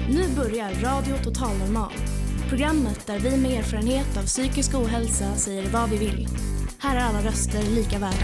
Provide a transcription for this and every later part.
Nu börjar Radio Total Normal. Programmet där vi med erfarenhet av psykisk ohälsa säger vad vi vill. Här är alla röster lika värda.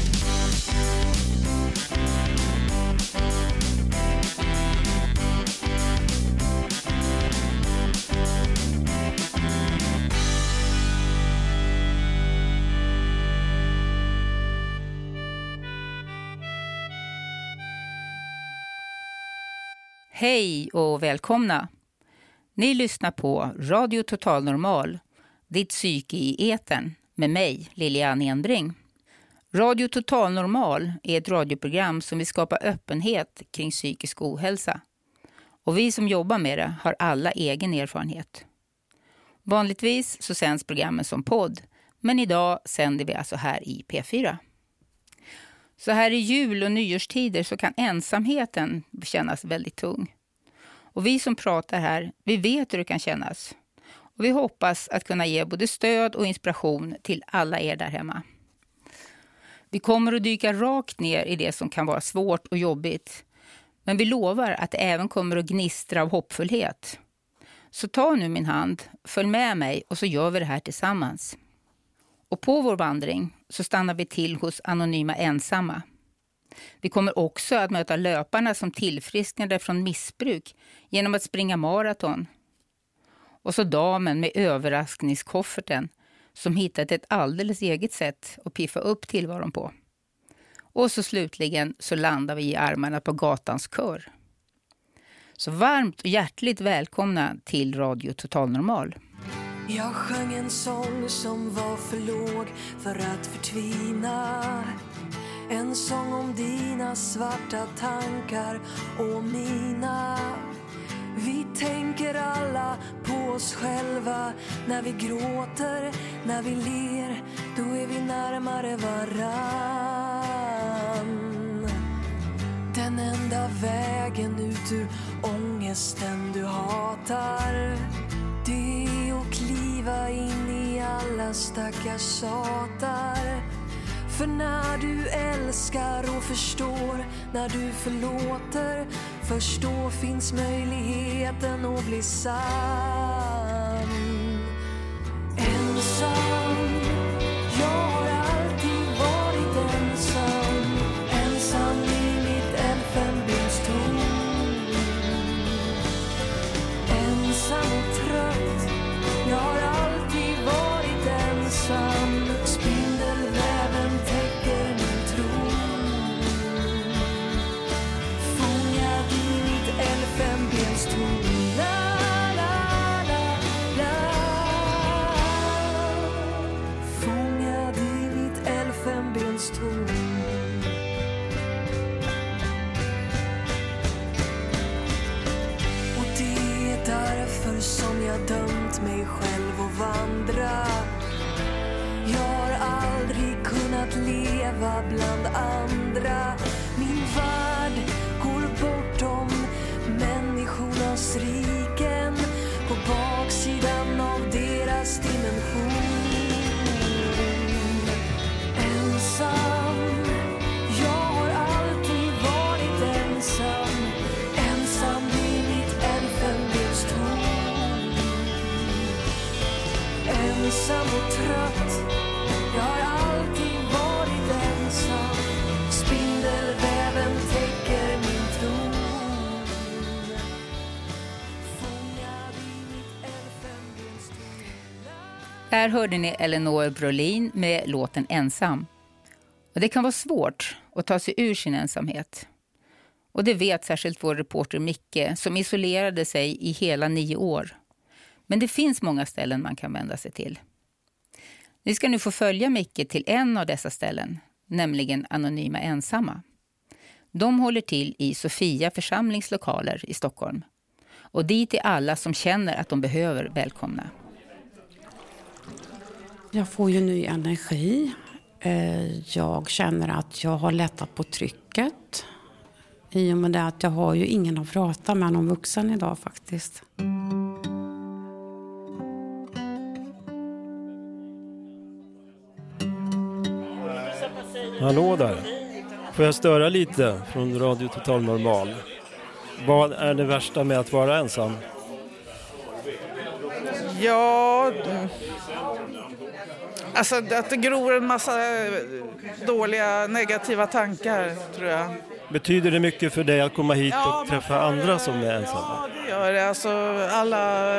Hej och välkomna! Ni lyssnar på Radio Total Normal, ditt psyke i etern, med mig, Lilian Enbring. Radio Total Normal är ett radioprogram som vill skapa öppenhet kring psykisk ohälsa. Och vi som jobbar med det har alla egen erfarenhet. Vanligtvis så sänds programmen som podd, men idag sänder vi alltså här i P4. Så här i jul- och nyårstider så kan ensamheten kännas väldigt tung. Och vi som pratar här, vi vet hur det kan kännas. Och vi hoppas att kunna ge både stöd och inspiration till alla er där hemma. Vi kommer att dyka rakt ner i det som kan vara svårt och jobbigt. Men vi lovar att det även kommer att gnistra av hoppfullhet. Så ta nu min hand, följ med mig och så gör vi det här tillsammans. Och på vår vandring så stannar vi till hos Anonyma Ensamma. Vi kommer också att möta löparna som tillfrisknade från missbruk genom att springa maraton. Och så damen med överraskningskofferten som hittat ett alldeles eget sätt att piffa upp tillvaron på. Och så slutligen så landar vi i armarna på gatans kör. Så varmt och hjärtligt välkomna till Radio Total Normal. Jag sjöng en sång som var för låg för att förtvina. En sång om dina svarta tankar och mina. Vi tänker alla på oss själva. När vi gråter, när vi ler, då är vi närmare varann. Den enda vägen ut ur ångesten du hatar, det är att kliva in i alla stackars tjatar. För när du älskar och förstår, när du förlåter, först då finns möjligheten att bli sann. Ensam, jag har alltid varit ensam. Ensam i mitt elfenbenstorn. Ensam och trött, jag har alltid varit ensam. Spindelväven täcker min tron. Fångad i mitt elfenbenstorn. La, la, la, la. Fångad i mitt elfenbenstorn. Och det är därför som jag dömt mig själv att vandra. Jag har aldrig kunnat leva bland andra. Min värld går bortom människornas riken, på baksidan av deras dimension. Ensam, jag har alltid varit ensam. Ensam i mitt elfenbenstorn. Ensam och trött, jag har alltid varit ensam. Spindelväven täcker min tron. Fångad i mitt elfenbenstorn. Där hörde ni Eleanor Brolin med låten Ensam. Och det kan vara svårt att ta sig ur sin ensamhet. Och det vet särskilt vår reporter Micke som isolerade sig i hela 9 år. Men det finns många ställen man kan vända sig till. Ni ska nu få följa Micke till en av dessa ställen, nämligen Anonyma Ensamma. De håller till i Sofia församlingslokaler i Stockholm. Och dit är alla som känner att de behöver välkomna. Jag får ju ny energi. Jag känner att jag har lättat på trycket. I och med det att jag har ju ingen att prata med, någon vuxen idag faktiskt. Hallå där. Får jag störa lite från Radio Total Normal? Vad är det värsta med att vara ensam? Ja, alltså att det gror en massa dåliga negativa tankar, tror jag. Betyder det mycket för dig att komma hit och träffa andra som är ensamma? Ja, det gör det. Alltså alla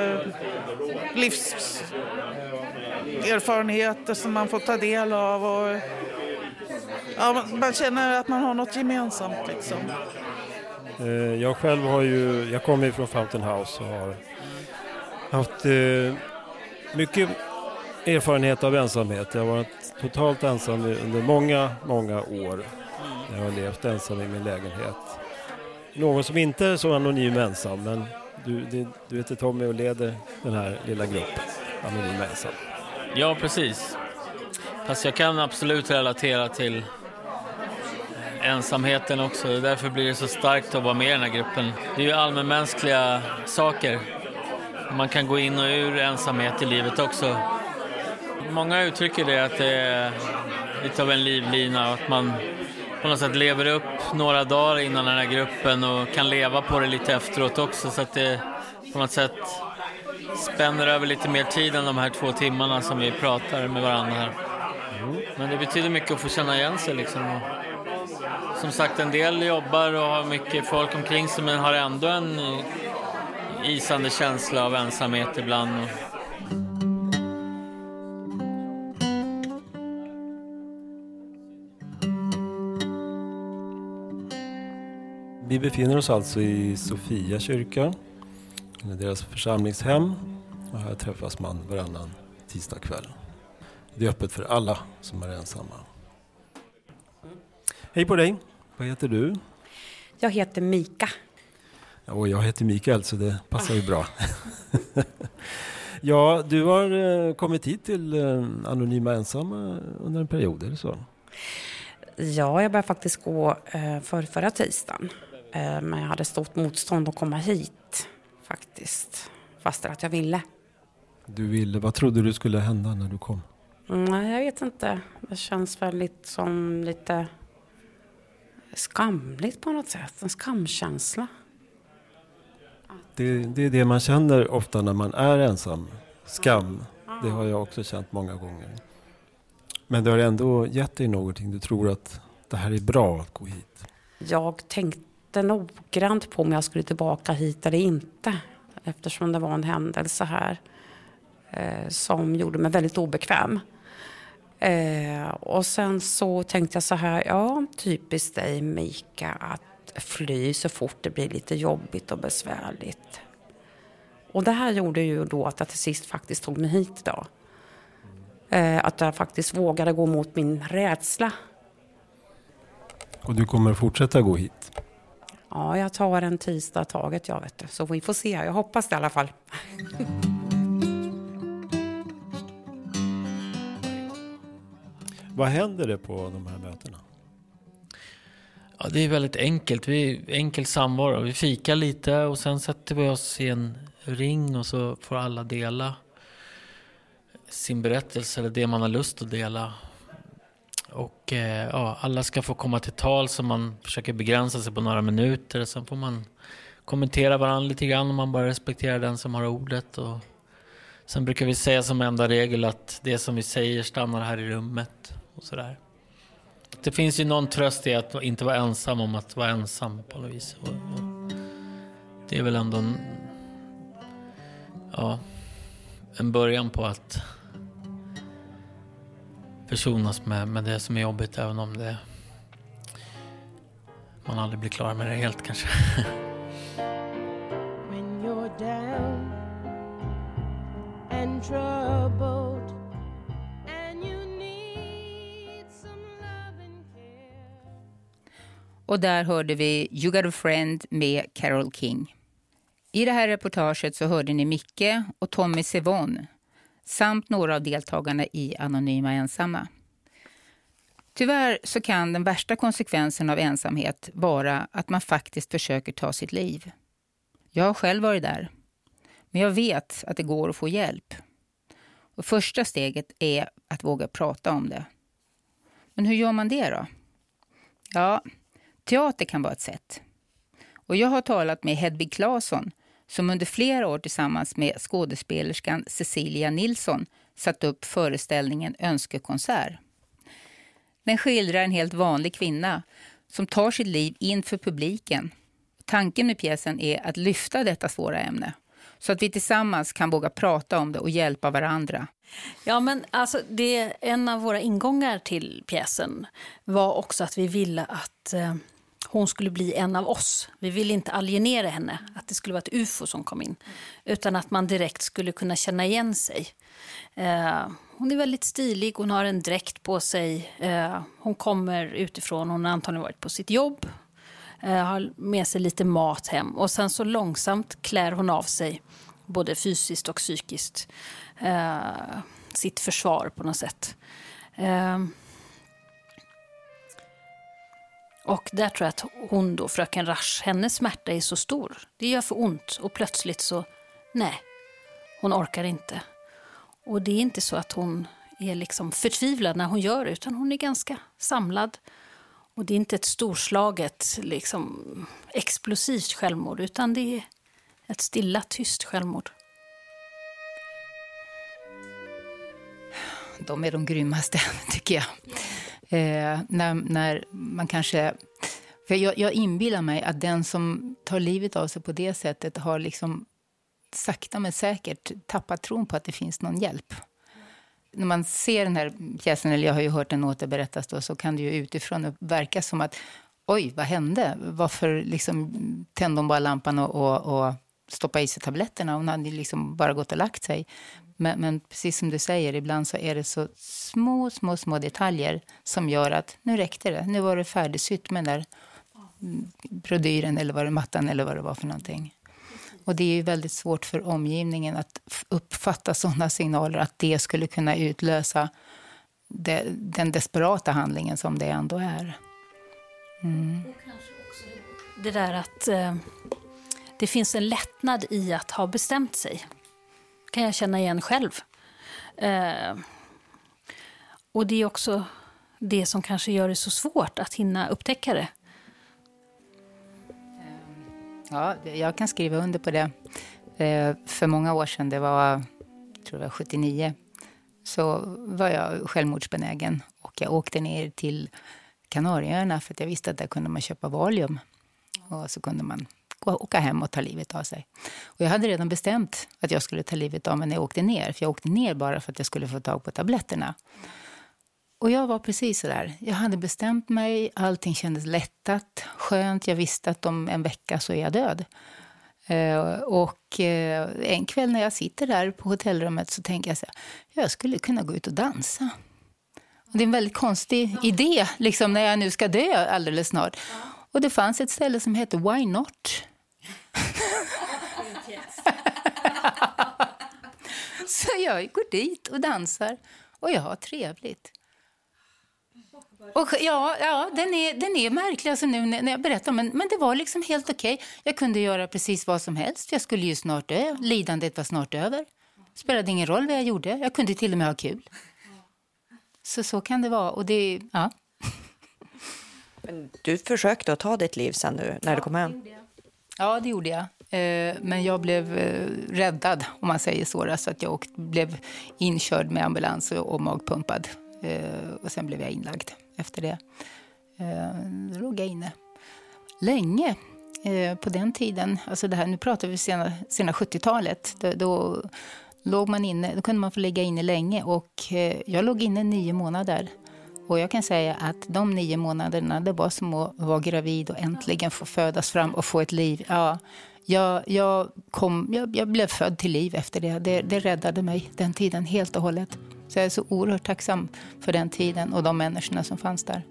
livserfarenheter som man får ta del av. Och, ja, man känner att man har något gemensamt liksom. Jag själv jag kommer från Fountain House och har haft mycket erfarenhet av ensamhet. Jag har varit totalt ensam under många, många år. Jag har levt ensam i min lägenhet. Någon som inte är så anonym ensam, men du heter Tommy och leder den här lilla gruppen anonym ensam. Ja, precis. Fast jag kan absolut relatera till ensamheten också. Därför blir det så starkt att vara med i den här gruppen. Det är ju allmänmänskliga saker. Man kan gå in och ur ensamhet i livet också. Många uttrycker det att det är lite av en livlina och att man på något sätt lever upp några dagar innan den här gruppen och kan leva på det lite efteråt också, så att det på något sätt spänner över lite mer tid än de här 2 timmarna som vi pratar med varandra här. Men det betyder mycket att få känna igen sig liksom. Och som sagt, en del jobbar och har mycket folk omkring sig, men har ändå en isande känsla av ensamhet ibland. Vi befinner oss alltså i Sofia kyrka, deras församlingshem, och här träffas man varannan tisdag kväll. Det är öppet för alla som är ensamma. Hej på dig, vad heter du? Jag heter Mika. Och jag heter Mikael, så det passar ju bra. Ja, du har kommit hit till Anonyma ensamma under en period, är det så? Ja, jag började faktiskt gå förra tisdagen. Men jag hade stort motstånd att komma hit faktiskt. Fast att jag ville. Du ville, vad trodde du skulle hända när du kom? Nej, jag vet inte. Det känns väldigt som lite skamligt på något sätt. En skamkänsla. Det är det man känner ofta när man är ensam. Skam, det har jag också känt många gånger. Men det har ändå gett dig någonting. Du tror att det här är bra att gå hit. Jag tänkte noggrant på om jag skulle tillbaka hit eller inte. Eftersom det var en händelse här som gjorde mig väldigt obekväm. Och sen så tänkte jag så här, ja, typiskt dig Mika, att fly så fort det blir lite jobbigt och besvärligt. Och det här gjorde ju då att jag till sist faktiskt tog mig hit idag. Att jag faktiskt vågade gå mot min rädsla. Och du kommer fortsätta gå hit? Ja, jag tar en tisdag taget, jag vet det. Så vi får se, jag hoppas det i alla fall. Vad händer det på de här mötena? Ja, det är väldigt enkelt. Enkel samvaro. Vi fikar lite och sen sätter vi oss i en ring och så får alla dela sin berättelse eller det man har lust att dela. Och alla ska få komma till tal, så man försöker begränsa sig på några minuter. Sen får man kommentera varandra lite grann om man bara respekterar den som har ordet. Och sen brukar vi säga som enda regel att det som vi säger stannar här i rummet och sådär. Det finns ju någon tröst i att inte vara ensam om att vara ensam på något vis. Och det är väl ändå en början på att försonas med det som är jobbigt, även om man aldrig blir klar med det helt kanske. When you're down and troubled and you need some love and care. Och där hörde vi You Got a Friend med Carole King. I det här reportaget så hörde ni Micke och Tommy Sevon samt några av deltagarna i Anonyma ensamma. Tyvärr så kan den värsta konsekvensen av ensamhet vara att man faktiskt försöker ta sitt liv. Jag har själv varit där, men jag vet att det går att få hjälp. Och första steget är att våga prata om det. Men hur gör man det då? Ja, teater kan vara ett sätt. Och jag har talat med Hedvig Claesson som under flera år tillsammans med skådespelerskan Cecilia Nilsson satt upp föreställningen Önskekonsert. Den skildrar en helt vanlig kvinna som tar sitt liv inför publiken. Tanken med pjäsen är att lyfta detta svåra ämne så att vi tillsammans kan våga prata om det och hjälpa varandra. Ja, men alltså en av våra ingångar till pjäsen var också att vi ville att hon skulle bli en av oss. Vi ville inte alienera henne, att det skulle vara ett UFO som kom in, utan att man direkt skulle kunna känna igen sig. Hon är väldigt stilig, hon har en dräkt på sig, hon kommer utifrån, hon har antagligen varit på sitt jobb, har med sig lite mat hem och sen så långsamt klär hon av sig både fysiskt och psykiskt sitt försvar på något sätt. Och där tror jag att hon då, fröken Rasch, hennes smärta är så stor. Det gör för ont och plötsligt så, nej, hon orkar inte. Och det är inte så att hon är liksom förtvivlad när hon gör det, utan hon är ganska samlad. Och det är inte ett storslaget, liksom explosivt självmord, utan det är ett stilla, tyst självmord. De är de grymmaste, tycker jag. När man kanske... För jag inbillar mig att den som tar livet av sig på det sättet har liksom sakta men säkert tappat tron på att det finns någon hjälp. När man ser den här pjäsen, eller jag har ju hört den återberättas då, så kan det ju utifrån verka som att oj, vad hände? Varför liksom tände de bara lampan och stoppa i sig tabletterna? Hon hade liksom bara gått och lagt sig. Men precis som du säger, ibland så är det så små detaljer som gör att nu räckte det. Nu var det färdigsytt med den där brodyren eller var det mattan eller vad det var för någonting. Och det är ju väldigt svårt för omgivningen att uppfatta sådana signaler att det skulle kunna utlösa den desperata handlingen som det ändå är. Mm. Och kanske också det där att det finns en lättnad i att ha bestämt sig. Kan jag känna igen själv. Och det är också det som kanske gör det så svårt att hinna upptäcka det. Ja, jag kan skriva under på det. För många år sedan, jag tror det var 79, så var jag självmordsbenägen. Och jag åkte ner till Kanarieöarna för att jag visste att där kunde man köpa Valium. Och så kunde man åka hem och ta livet av sig. Och jag hade redan bestämt att jag skulle ta livet av mig när jag åkte ner. För jag åkte ner bara för att jag skulle få tag på tabletterna. Och jag var precis så där. Jag hade bestämt mig, allting kändes lättat, skönt. Jag visste att om en vecka så är jag död. Och en kväll när jag sitter där på hotellrummet så tänker jag så här, jag skulle kunna gå ut och dansa. Och det är en väldigt konstig idé liksom, när jag nu ska dö alldeles snart. Och det fanns ett ställe som heter Why Not? Så jag går dit och dansar. Och jag har trevligt. Och ja, den är märklig alltså nu när jag berättar. Men det var liksom helt okej. Jag kunde göra precis vad som helst. Jag skulle ju snart dö. Lidandet var snart över. Spelade ingen roll vad jag gjorde. Jag kunde till och med ha kul. Så kan det vara. Och det, ja. Men du försökte att ta ditt liv sen nu när du kom hem? Ja, det gjorde jag. Men jag blev räddad, om man säger så. Så att jag blev inkörd med ambulans och magpumpad. Och sen blev jag inlagd efter det. Då låg jag inne länge på den tiden. Alltså det här, nu pratar vi sena 70-talet. Då låg man inne, då kunde man få ligga inne länge. Och jag låg inne 9 månader. Och jag kan säga att de 9 månaderna, det var som att vara gravid och äntligen få födas fram och få ett liv. Ja, jag blev född till liv efter det. Det räddade mig den tiden helt och hållet. Så jag är så oerhört tacksam för den tiden och de människorna som fanns där.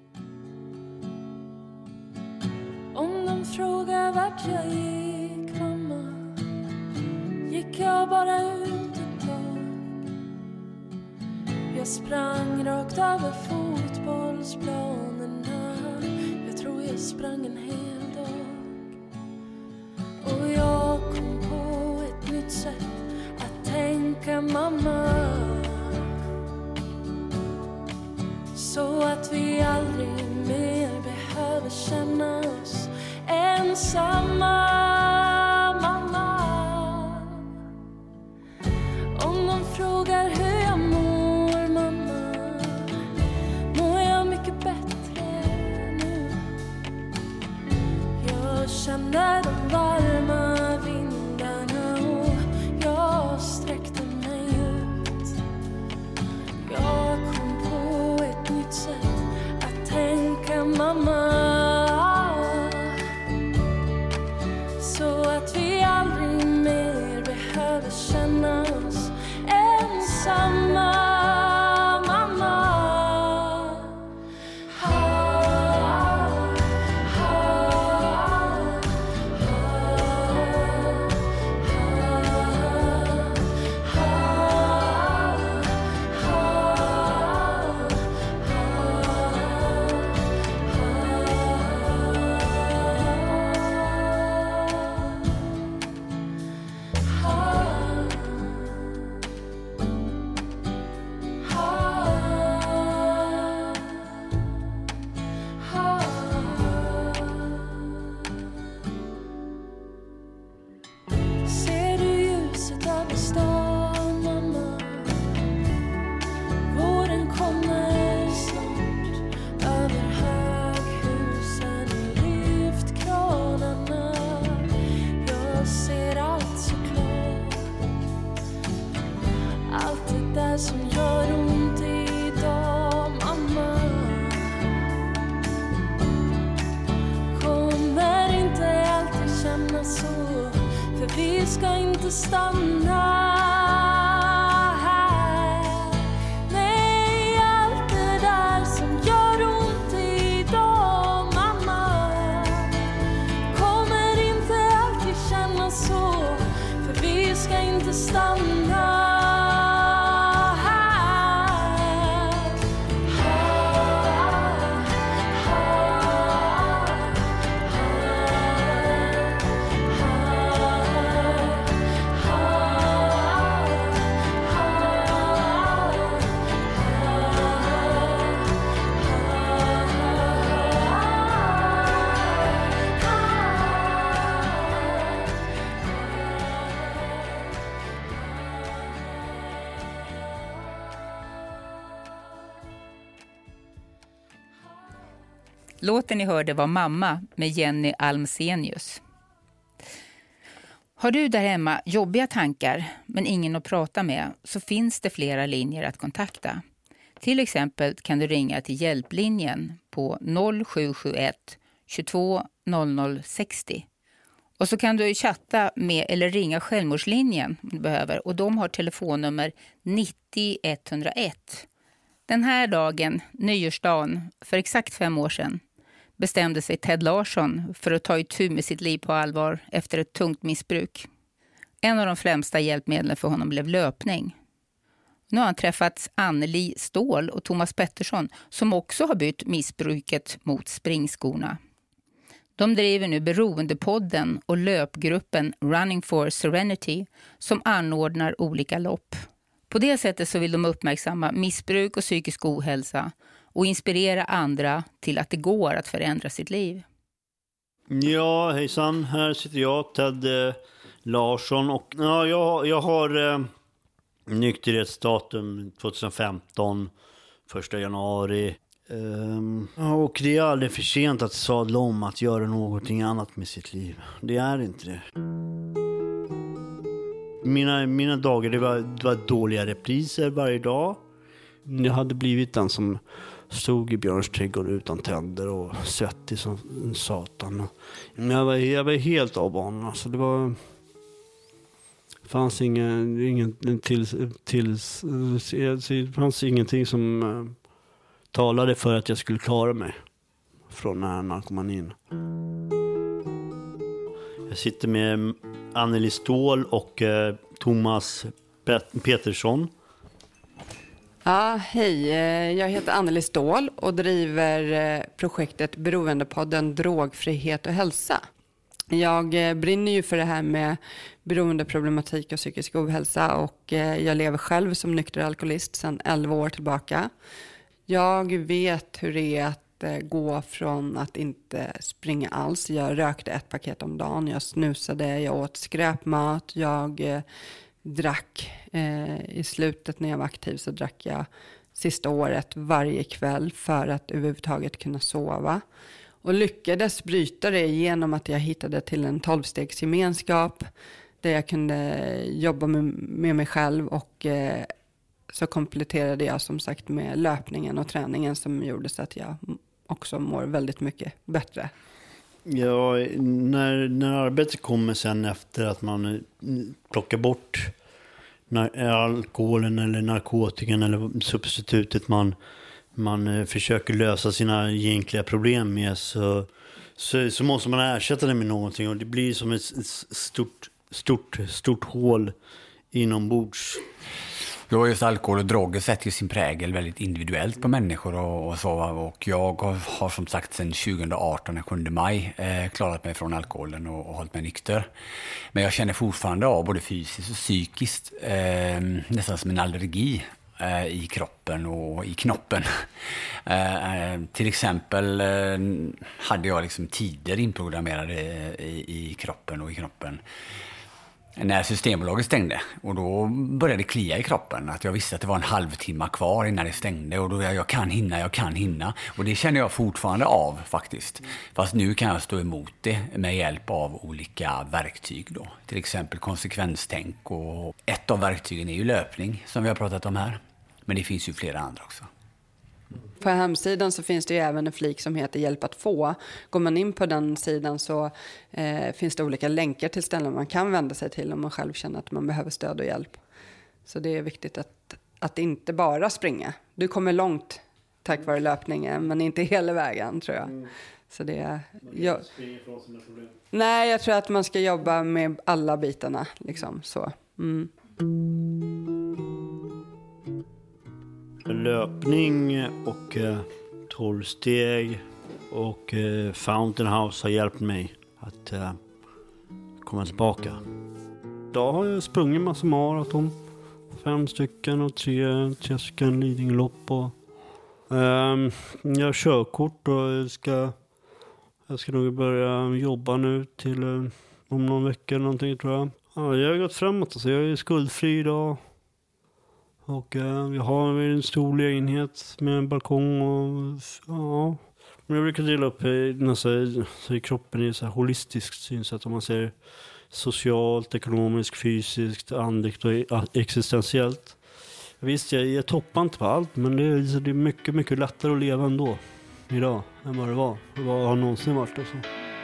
Om de frågar vart jag gick, mamma, gick jag bara ut ett tag. Jag sprang rakt över fotbollsplanerna. Jag tror jag sprang en hel dag. Och jag kom på ett nytt sätt att tänka, mamma, så att vi aldrig mer behöver känna oss ensamma. aldrig mer behöver känna oss ensamma. Vi ska inte stanna här. Nej, allt det där som gör ont idag, mamma, kommer inte alltid kännas så. För vi ska inte stanna. Låten ni hörde var Mamma med Jenny Almsenius. Har du där hemma jobbiga tankar men ingen att prata med, så finns det flera linjer att kontakta. Till exempel kan du ringa till hjälplinjen på 0771 22 00 60. Och så kan du chatta med eller ringa självmordslinjen om du behöver, och de har telefonnummer 90 101. Den här dagen, nyårsdagen, för exakt 5 år sedan, bestämde sig Ted Larsson för att ta itu med sitt liv på allvar efter ett tungt missbruk. En av de främsta hjälpmedlen för honom blev löpning. Nu har han träffat Anneli Ståhl och Thomas Pettersson som också har bytt missbruket mot springskorna. De driver nu Beroendepodden och löpgruppen Running for Serenity som anordnar olika lopp. På det sättet så vill de uppmärksamma missbruk och psykisk ohälsa och inspirera andra till att det går att förändra sitt liv. Ja, hejsan. Här sitter jag, Ted Larsson. Och ja, jag har nykterhetsdatum 2015, 1 januari. Och det är aldrig för sent att sadla om att göra någonting annat med sitt liv. Det är inte det. Mina dagar, det var dåliga repriser varje dag. Jag hade blivit den som stod i Björns trädgård utan tänder och svettig som satan. Jag var helt av banan. Alltså det fanns fanns ingenting som talade för att jag skulle klara mig från den här narkomanin. Jag sitter med Anneli Ståhl och Thomas Pettersson. Ja, hej. Jag heter Anneli Ståhl och driver projektet Beroendepodden Drogfrihet och hälsa. Jag brinner ju för det här med beroendeproblematik och psykisk ohälsa, och jag lever själv som nykter alkoholist sedan 11 år tillbaka. Jag vet hur det är att gå från att inte springa alls. Jag rökte 1 paket om dagen, jag snusade, jag åt skräpmat, jag drack. I slutet när jag var aktiv så drack jag sista året varje kväll för att överhuvudtaget kunna sova. Och lyckades bryta det genom att jag hittade till en 12-stegsgemenskap där jag kunde jobba med mig själv, och så kompletterade jag som sagt med löpningen och träningen som gjorde så att jag också mår väldigt mycket bättre. Ja, när arbetet kommer sen efter att man plockar bort alkoholen eller narkotikan eller substitutet man försöker lösa sina egentliga problem med, så måste man ersätta det med någonting, och det blir som ett stort hål inombords. Ja, just alkohol och droger sätter ju sin prägel väldigt individuellt på människor och så. Och jag har som sagt sedan 2018, den 7 maj, klarat mig från alkoholen och hållit mig nykter. Men jag känner fortfarande av både fysiskt och psykiskt nästan som en allergi i kroppen och i knoppen. Till exempel hade jag liksom tider inprogrammerade i kroppen och i knoppen när Systembolaget stängde, och då började det klia i kroppen, att jag visste att det var en halvtimme kvar innan det stängde, och då jag kan hinna, och det känner jag fortfarande av faktiskt, fast nu kan jag stå emot det med hjälp av olika verktyg då, till exempel konsekvenstänk, och ett av verktygen är ju löpning som vi har pratat om här, men det finns ju flera andra också. På hemsidan så finns det ju även en flik som heter Hjälp att få. Går man in på den sidan så finns det olika länkar till ställen man kan vända sig till om man själv känner att man behöver stöd och hjälp. Så det är viktigt att inte bara springa. Du kommer långt tack vare löpningen, men inte hela vägen, tror jag. Så det nej, jag tror att man ska jobba med alla bitarna liksom, så. Löpning och 12 steg och Fountain House har hjälpt mig att komma tillbaka. Idag har jag sprungit massa maraton, 5 stycken och 3 stycken Lidingölopp, och jag har körkort, och jag ska nog börja jobba nu till om någon vecka eller någonting, tror jag. Ja, jag har gått framåt, alltså. Jag är skuldfri idag. Och jag har en stor lägenhet med en balkong, och ja. Men jag brukar dela upp i kroppen i så här holistiskt synsätt, om man säger socialt, ekonomiskt, fysiskt, andligt och existentiellt. Visst, jag toppar inte på allt, men det är mycket, mycket lättare att leva ändå idag än vad det var. Det har någonsin varit och så.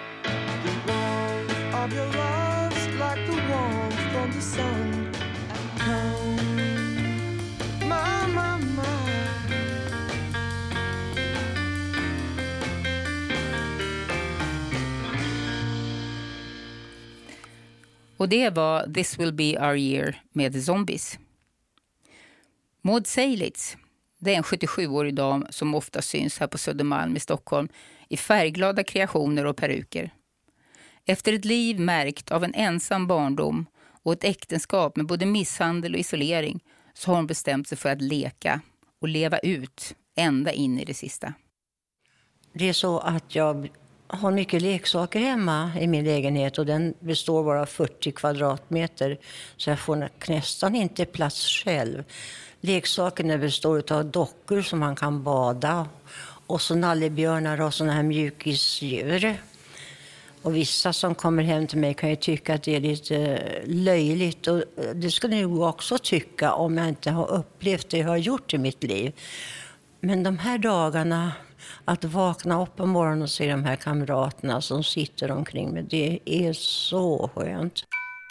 Och det var This Will Be Our Year med The Zombies. Maud Seilitz, det är en 77-årig dam som ofta syns här på Södermalm i Stockholm i färgglada kreationer och peruker. Efter ett liv märkt av en ensam barndom och ett äktenskap med både misshandel och isolering, så har hon bestämt sig för att leka och leva ut ända in i det sista. Det är så att jag har mycket leksaker hemma i min lägenhet, och den består bara av 40 kvadratmeter, så jag får nästan inte plats själv. Leksakerna består av dockor som man kan bada, och så nallebjörnar och såna här mjukisdjur. Och vissa som kommer hem till mig kan ju tycka att det är lite löjligt, och det skulle jag också tycka om jag inte har upplevt det jag har gjort i mitt liv. Men de här dagarna, att vakna upp på morgonen och se de här kamraterna som sitter omkring mig, det är så skönt.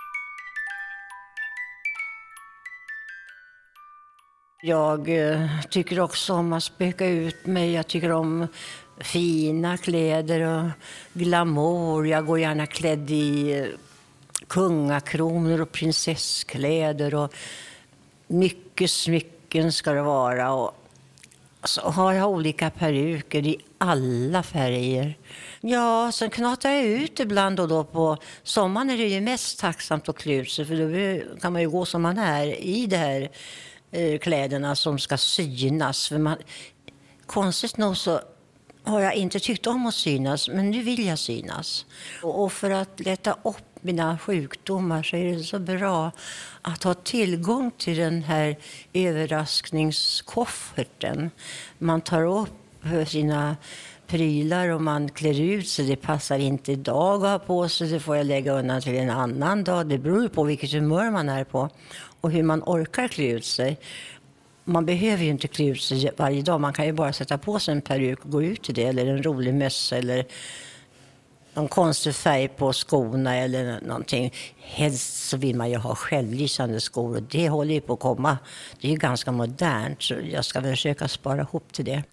Jag tycker också om att spöka ut mig. Jag tycker om fina kläder och glamour. Jag går gärna klädd i kungakronor och prinsesskläder, och mycket smycken ska det vara, och så har jag olika peruker i alla färger. Ja, sen knatar jag ut ibland och då. På sommaren är det ju mest tacksamt att klä ut sig, för då kan man ju gå som man är i de här kläderna som ska synas. För konstigt nog så har jag inte tyckt om att synas, men nu vill jag synas. Och för att lätta upp mina sjukdomar så är det så bra att ha tillgång till den här överraskningskofferten. Man tar upp sina prylar och man klär ut sig. Det passar inte idag att ha på sig, det får jag lägga undan till en annan dag. Det beror på vilket humör man är på och hur man orkar klä ut sig. Man behöver ju inte klä ut sig varje dag. Man kan ju bara sätta på sig en peruk och gå ut i det, eller en rolig mössa eller någon konstig färg på skorna eller någonting. Helst så vill man ju ha självlysande skor och det håller ju på att komma. Det är ju ganska modernt så jag ska väl försöka spara ihop till det.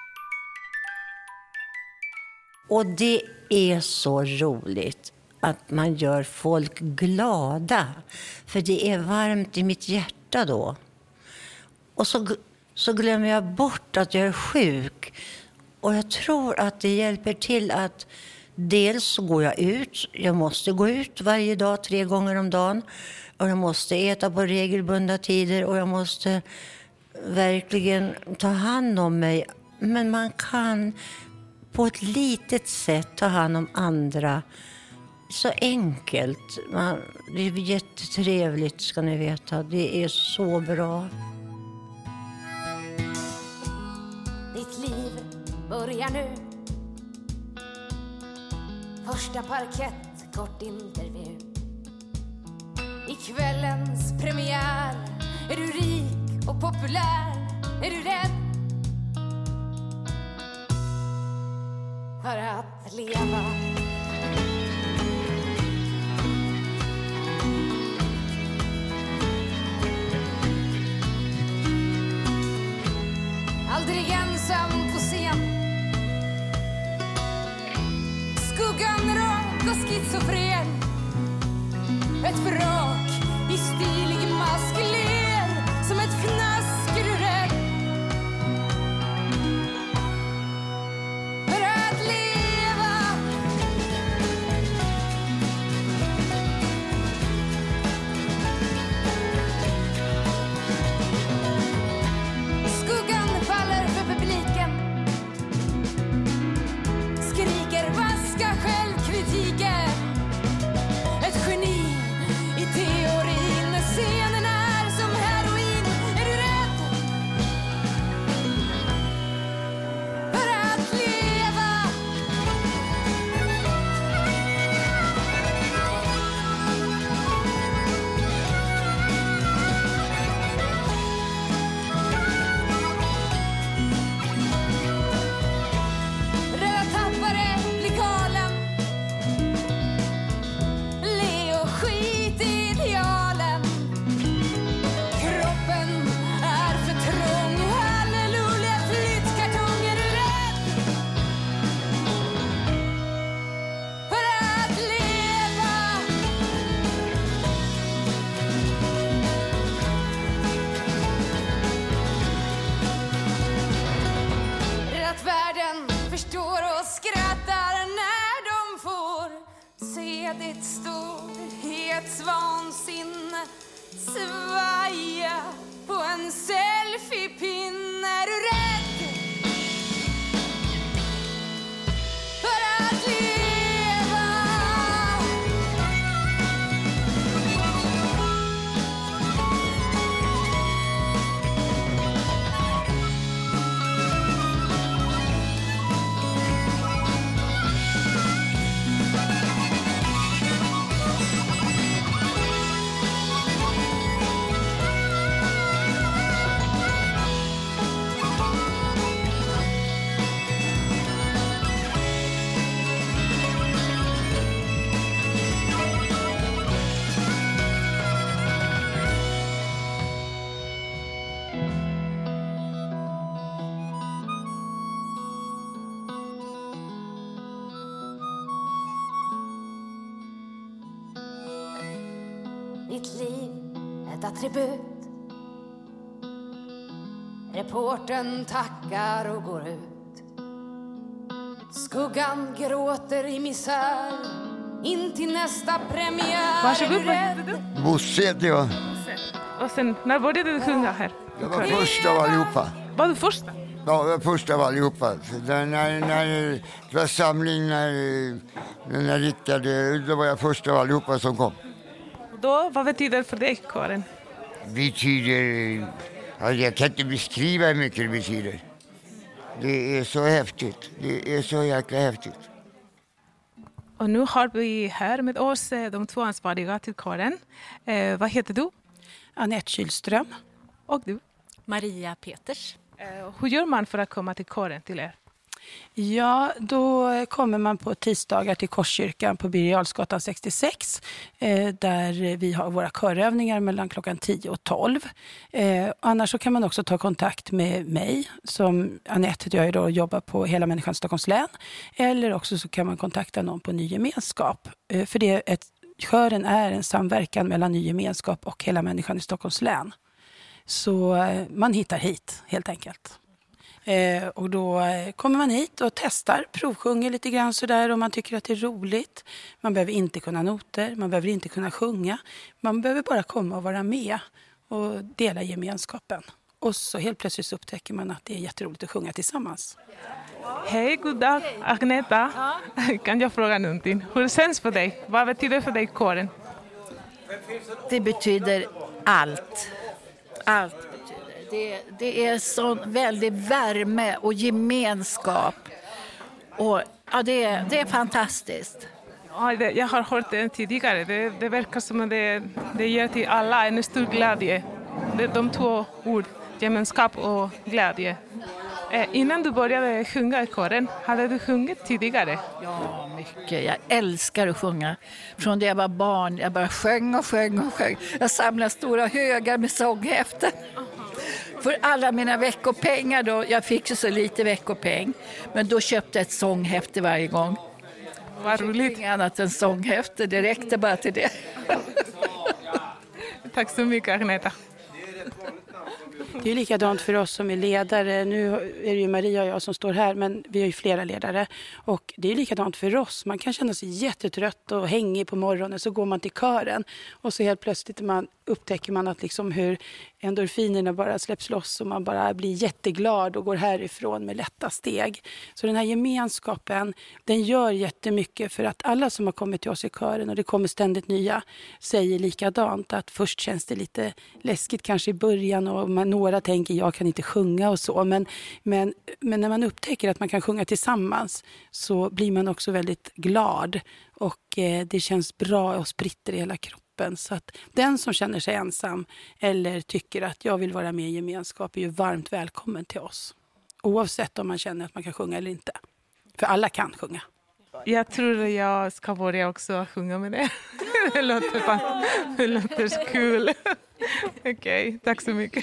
Och det är så roligt att man gör folk glada. För det är varmt i mitt hjärta då. Och så glömmer jag bort att jag är sjuk. Och jag tror att det hjälper till att dels så går jag ut. Jag måste gå ut varje dag 3 gånger om dagen. Och jag måste äta på regelbundna tider. Och jag måste verkligen ta hand om mig. Men man kan på ett litet sätt ta hand om andra. Så enkelt. Det är jättetrevligt ska ni veta. Det är så bra. Ditt liv börjar nu. Första parkett, kort intervju. I kvällens premiär är du rik och populär. Är du rädd för att leva? Aldrig ensam på scen. Skuggan rak och schizofren. Ett vrak i stilig mask ler som ett fnask. Är du rädd för att leva? Skuggan faller för publiken. Skriker vaska självkritiken. Ett geni i teorin. Scenen är som heroin. Är du rädd för att leva? Rädda tappare blir galen. Le och skit i idealen. Kroppen är för trång. Halleluja, flyttkartong. Är du rädd för att leva? Rädd att världen förstår och skrattar när de får se ditt storhetsvansinne svaja på en selfiepinne. Är du rädd för att leva? Ditt liv ett attribut. Reportern tackar och går ut. Skuggan gråter i misär in till nästa premiär. Varsågod, vad heter du? Bosse heter jag. Och sen, när började du sjunga här? Jag var först av allihopa. Var du första? Ja, jag var först av allihopa. När det var samling, när Rickard, då var jag först av allihopa som kom. Då, vad betyder för dig kören? Betyder, alltså jag kan inte beskriva hur mycket det betyder. Det är så häftigt. Det är så jäkla häftigt. Och nu har vi här med oss de 2 ansvariga till kören. Vad heter du? Anette Kylström. Och du? Maria Peters. Hur gör man för att komma till kören till er? Ja, då kommer man på tisdagar till Korskyrkan på Birger Jarlsgatan 66 där vi har våra körövningar mellan klockan 10 och 12. Annars så kan man också ta kontakt med mig som Anette heter jag då, jobbar på Hela människan Stockholms län. Eller också så kan man kontakta någon på Ny gemenskap. För kören är en samverkan mellan Ny gemenskap och Hela människan i Stockholms län. Så man hittar hit helt enkelt. Och då kommer man hit och testar, provsjunger lite grann sådär om man tycker att det är roligt. Man behöver inte kunna noter, man behöver inte kunna sjunga. Man behöver bara komma och vara med och dela gemenskapen. Och så helt plötsligt så upptäcker man att det är jätteroligt att sjunga tillsammans. Hej, god dag, Agneta. Kan jag fråga någonting? Hur känns för dig? Vad betyder för dig kåren? Det betyder allt. Allt. Det är sån väldig värme och gemenskap. Och ja, det är fantastiskt. Ja, jag har hört det tidigare. Det verkar som att det ger till alla en stor glädje. Det är de två ord, gemenskap och glädje. Innan du började sjunga i kåren, hade du sjungit tidigare? Ja, mycket. Jag älskar att sjunga. Från det jag var barn, jag bara sjöng. Jag samlade stora högar med sånghäften. För alla mina veckopengar då, jag fick ju så lite veckopeng, men då köpte jag ett sånghäfte varje gång. Vad roligt. Inget annat än sånghäfte, det räckte bara till det. Tack så mycket, Agneta. Det är likadant för oss som är ledare. Nu är det ju Maria och jag som står här, men vi har ju flera ledare. Och det är likadant för oss. Man kan känna sig jättetrött och hängig på morgonen, så går man till kören. Och så helt plötsligt upptäcker man att liksom hur endorfinerna bara släpps loss och man bara blir jätteglad och går härifrån med lätta steg. Så den här gemenskapen, den gör jättemycket, för att alla som har kommit till oss i kören, och det kommer ständigt nya, säger likadant, att först känns det lite läskigt kanske i början och några tänker jag kan inte sjunga och så, men när man upptäcker att man kan sjunga tillsammans så blir man också väldigt glad och det känns bra och spritter i hela kroppen. Så att den som känner sig ensam eller tycker att jag vill vara med i gemenskap är ju varmt välkommen till oss. Oavsett om man känner att man kan sjunga eller inte. För alla kan sjunga. Jag tror jag ska börja också sjunga med det. Det låter så kul. Okej, tack så mycket.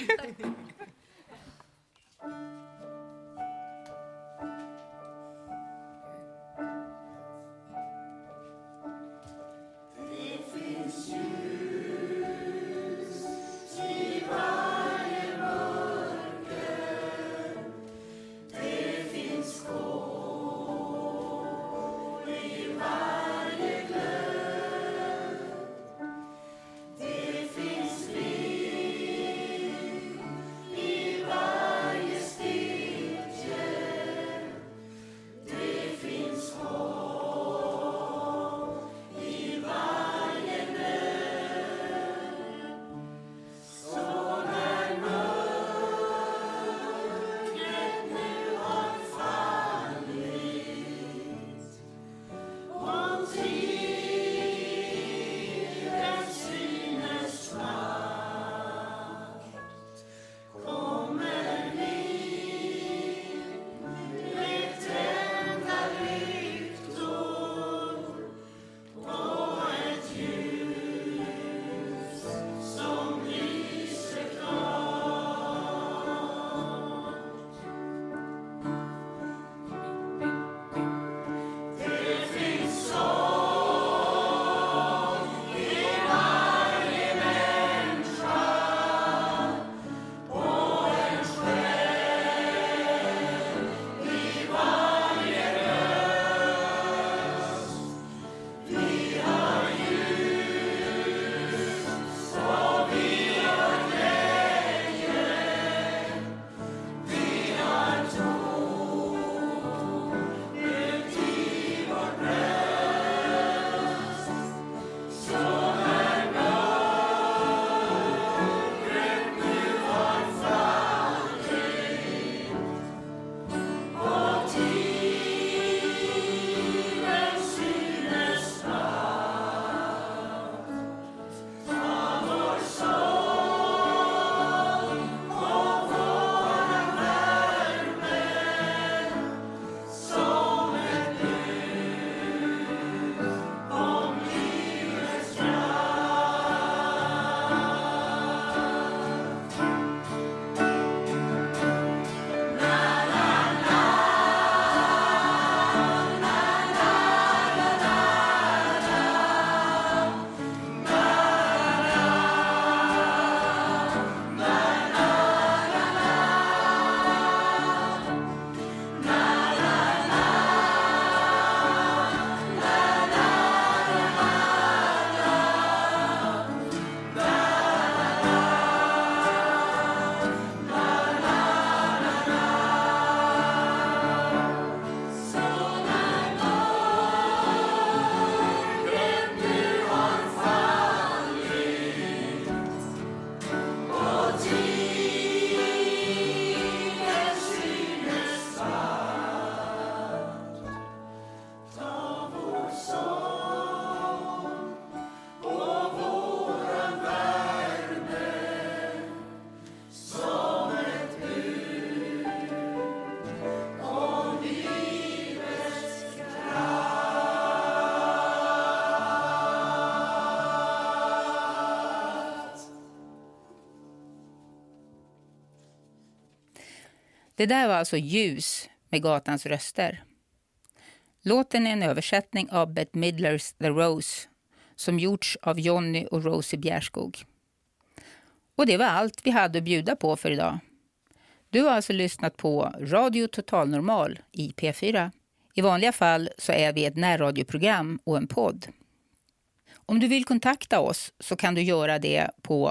Det där var alltså Ljus med Gatans röster. Låten är en översättning av Bette Midlers The Rose som gjorts av Johnny och Rosie Bjärskog. Och det var allt vi hade att bjuda på för idag. Du har alltså lyssnat på Radio Total Normal i P4. I vanliga fall så är vi ett närradioprogram och en podd. Om du vill kontakta oss så kan du göra det på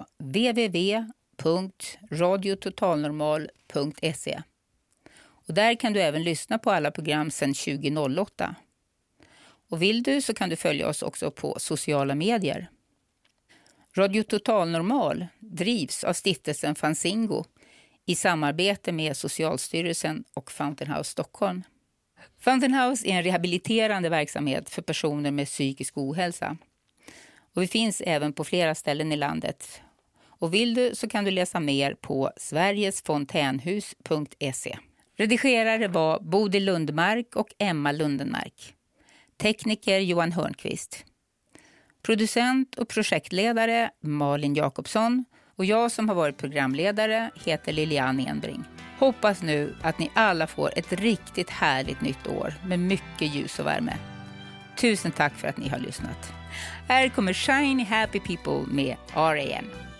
www.radiototalnormal.se. Och där kan du även lyssna på alla program sedan 2008. Och vill du så kan du följa oss också på sociala medier. Radio Total Normal drivs av stiftelsen Fanzingo i samarbete med Socialstyrelsen och Fountain House Stockholm. Fountain House är en rehabiliterande verksamhet för personer med psykisk ohälsa. Och vi finns även på flera ställen i landet. Och vill du så kan du läsa mer på sverigesfontänhus.se. Redigerare var Bodil Lundmark och Emma Lundenmark. Tekniker Johan Hörnqvist. Producent och projektledare Malin Jakobsson och jag som har varit programledare heter Lilian Enbring. Hoppas nu att ni alla får ett riktigt härligt nytt år med mycket ljus och värme. Tusen tack för att ni har lyssnat. Här kommer Shiny Happy People med R.A.M.